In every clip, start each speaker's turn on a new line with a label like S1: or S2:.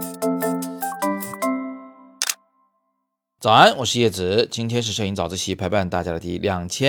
S1: 早安，我是叶子，今天是摄影早自习陪伴大家的第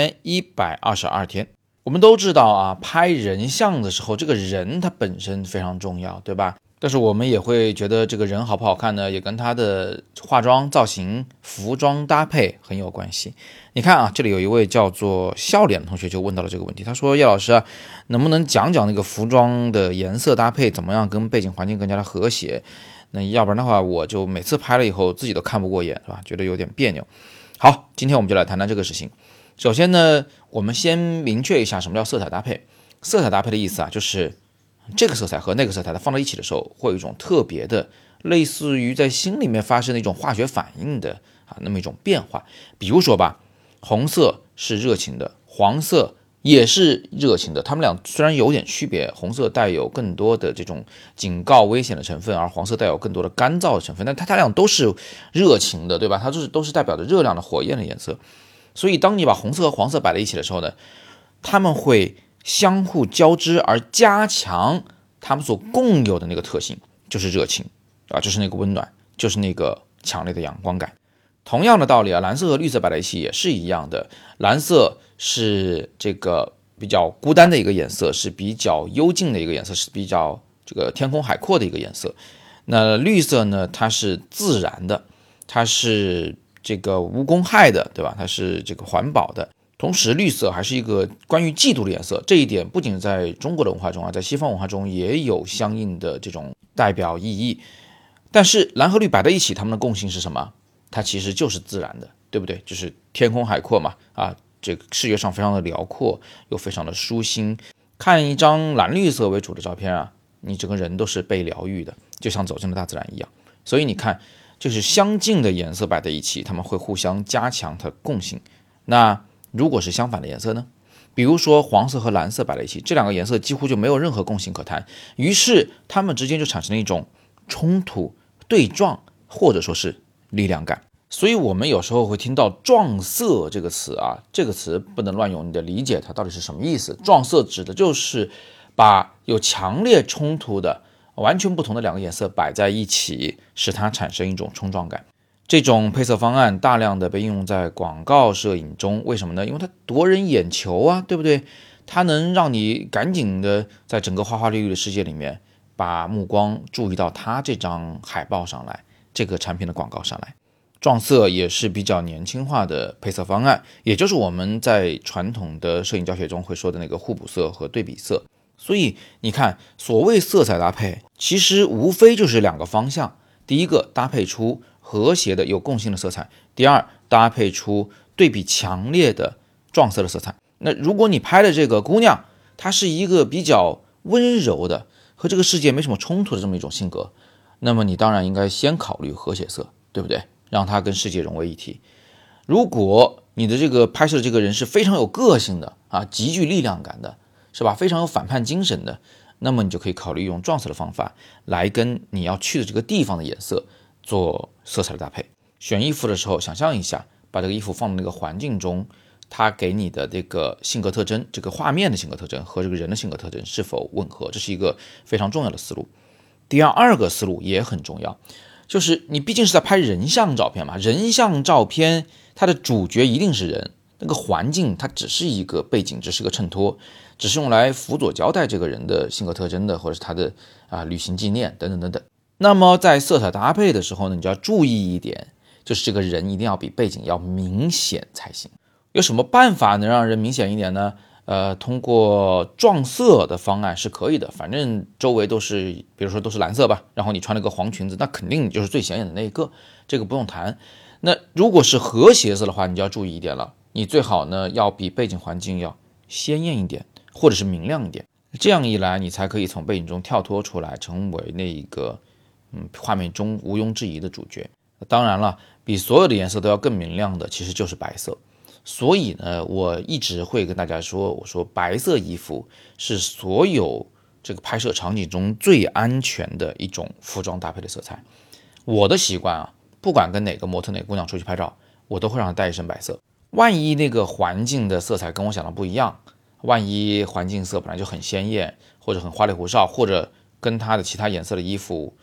S1: 2122天。我们都知道啊，拍人像的时候，这个人他本身非常重要，对吧？但是我们也会觉得这个人好不好看呢，也跟他的化妆、造型、服装搭配很有关系。你看啊，这里有一位叫做笑脸的同学就问到了这个问题，他说：叶老师啊，能不能讲讲那个服装的颜色搭配怎么样跟背景环境更加的和谐？那要不然的话，我就每次拍了以后自己都看不过眼，是吧？觉得有点别扭。好，今天我们就来谈谈这个事情。首先呢，我们先明确一下什么叫色彩搭配。色彩搭配的意思啊，就是这个色彩和那个色彩它放在一起的时候，会有一种特别的，类似于在心里面发生的一种化学反应的那么一种变化。比如说吧，红色是热情的，黄色也是热情的，它们俩虽然有点区别，红色带有更多的这种警告危险的成分，而黄色带有更多的干燥的成分，但它俩都是热情的，对吧？它都是代表着热量的火焰的颜色。所以当你把红色和黄色摆在一起的时候呢，它们会相互交织而加强它们所共有的那个特性，就是热情就是那个温暖，就是那个强烈的阳光感。同样的道理啊，蓝色和绿色摆在一起也是一样的。蓝色是这个比较孤单的一个颜色，是比较幽静的一个颜色，是比较这个天空海阔的一个颜色。那绿色呢，它是自然的，它是这个无公害的，对吧？它是这个环保的。同时绿色还是一个关于嫉妒的颜色，这一点不仅在中国的文化中在西方文化中也有相应的这种代表意义。但是蓝和绿摆在一起，它们的共性是什么？它其实就是自然的，对不对？就是天空海阔嘛，这个视觉上非常的辽阔，又非常的舒心。看一张蓝绿色为主的照片啊，你整个人都是被疗愈的，就像走进了大自然一样。所以你看，就是相近的颜色摆在一起，它们会互相加强它的共性。那如果是相反的颜色呢？比如说黄色和蓝色摆在一起，这两个颜色几乎就没有任何共性可谈，于是它们之间就产生了一种冲突、对撞，或者说是力量感。所以我们有时候会听到撞色这个词这个词不能乱用，你得理解它到底是什么意思。撞色指的就是把有强烈冲突的完全不同的两个颜色摆在一起，使它产生一种冲撞感。这种配色方案大量的被应用在广告摄影中，为什么呢？因为它夺人眼球对不对？它能让你赶紧的在整个花花绿绿的世界里面把目光注意到它这张海报上来，这个产品的广告上来。撞色也是比较年轻化的配色方案，也就是我们在传统的摄影教学中会说的那个互补色和对比色。所以你看，所谓色彩搭配其实无非就是两个方向，第一个搭配出和谐的有共性的色彩，第二搭配出对比强烈的撞色的色彩。那如果你拍的这个姑娘她是一个比较温柔的和这个世界没什么冲突的这么一种性格，那么你当然应该先考虑和谐色，对不对？让它跟世界融为一体。如果你的这个拍摄的这个人是非常有个性的极具力量感的，是吧？非常有反叛精神的，那么你就可以考虑用撞色的方法来跟你要去的这个地方的颜色做色彩的搭配。选衣服的时候想象一下，把这个衣服放到那个环境中，它给你的这个性格特征，这个画面的性格特征和这个人的性格特征是否吻合，这是一个非常重要的思路。第二个思路也很重要，就是你毕竟是在拍人像照片嘛，人像照片它的主角一定是人，那个环境它只是一个背景，只是个衬托，只是用来辅佐交代这个人的性格特征的，或者是他的旅行纪念等等等等。那么在色彩搭配的时候呢，你就要注意一点，就是这个人一定要比背景要明显才行。有什么办法能让人明显一点呢？通过撞色的方案是可以的，反正周围都是，比如说都是蓝色吧，然后你穿了个黄裙子，那肯定就是最显眼的那一个，这个不用谈。那如果是和谐色的话，你就要注意一点了，你最好呢要比背景环境要鲜艳一点，或者是明亮一点，这样一来你才可以从背景中跳脱出来，成为那一个画面中毋庸置疑的主角。当然了，比所有的颜色都要更明亮的其实就是白色。所以呢，我一直会跟大家说，我说白色衣服是所有这个拍摄场景中最安全的一种服装搭配的色彩。我的习惯不管跟哪个模特哪个姑娘出去拍照，我都会让她带一身白色。万一那个环境的色彩跟我想的不一样，万一环境色本来就很鲜艳，或者很花里胡哨，或者跟她的其他颜色的衣服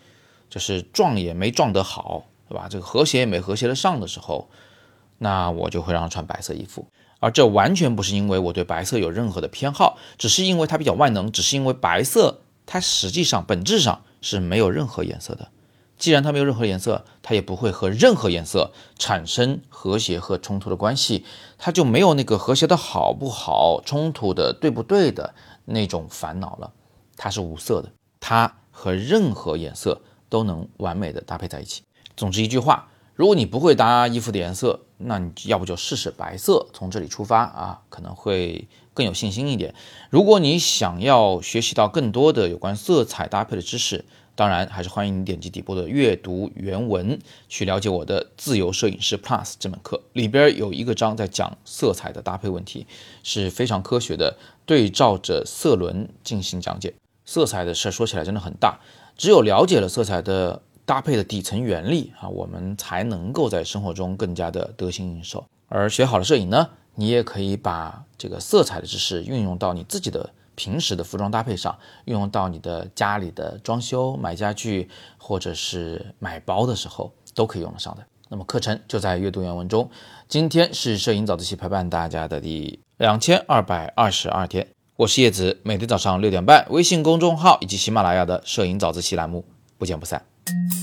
S1: 就是撞也没撞得好，对吧？这个和谐也没和谐得上的时候，那我就会让他穿白色衣服。而这完全不是因为我对白色有任何的偏好，只是因为它比较万能，只是因为白色它实际上本质上是没有任何颜色的。既然它没有任何颜色，它也不会和任何颜色产生和谐和冲突的关系，它就没有那个和谐的好不好，冲突的对不对的那种烦恼了。它是无色的，它和任何颜色都能完美的搭配在一起。总之一句话，如果你不会搭衣服的颜色，那你要不就试试白色，从这里出发啊，可能会更有信心一点。如果你想要学习到更多的有关色彩搭配的知识，当然还是欢迎你点击底部的阅读原文去了解我的自由摄影师 Plus 这门课，里边有一个章在讲色彩的搭配问题，是非常科学的，对照着色轮进行讲解。色彩的事说起来真的很大，只有了解了色彩的搭配的底层原理啊，我们才能够在生活中更加的得心应手。而学好了摄影呢，你也可以把这个色彩的知识运用到你自己的平时的服装搭配上，运用到你的家里的装修、买家具或者是买包的时候都可以用得上的。那么课程就在阅读原文中。今天是摄影早自习陪伴大家的第2222天，我是叶子，每天早上6点半，微信公众号以及喜马拉雅的摄影早自习栏目不见不散。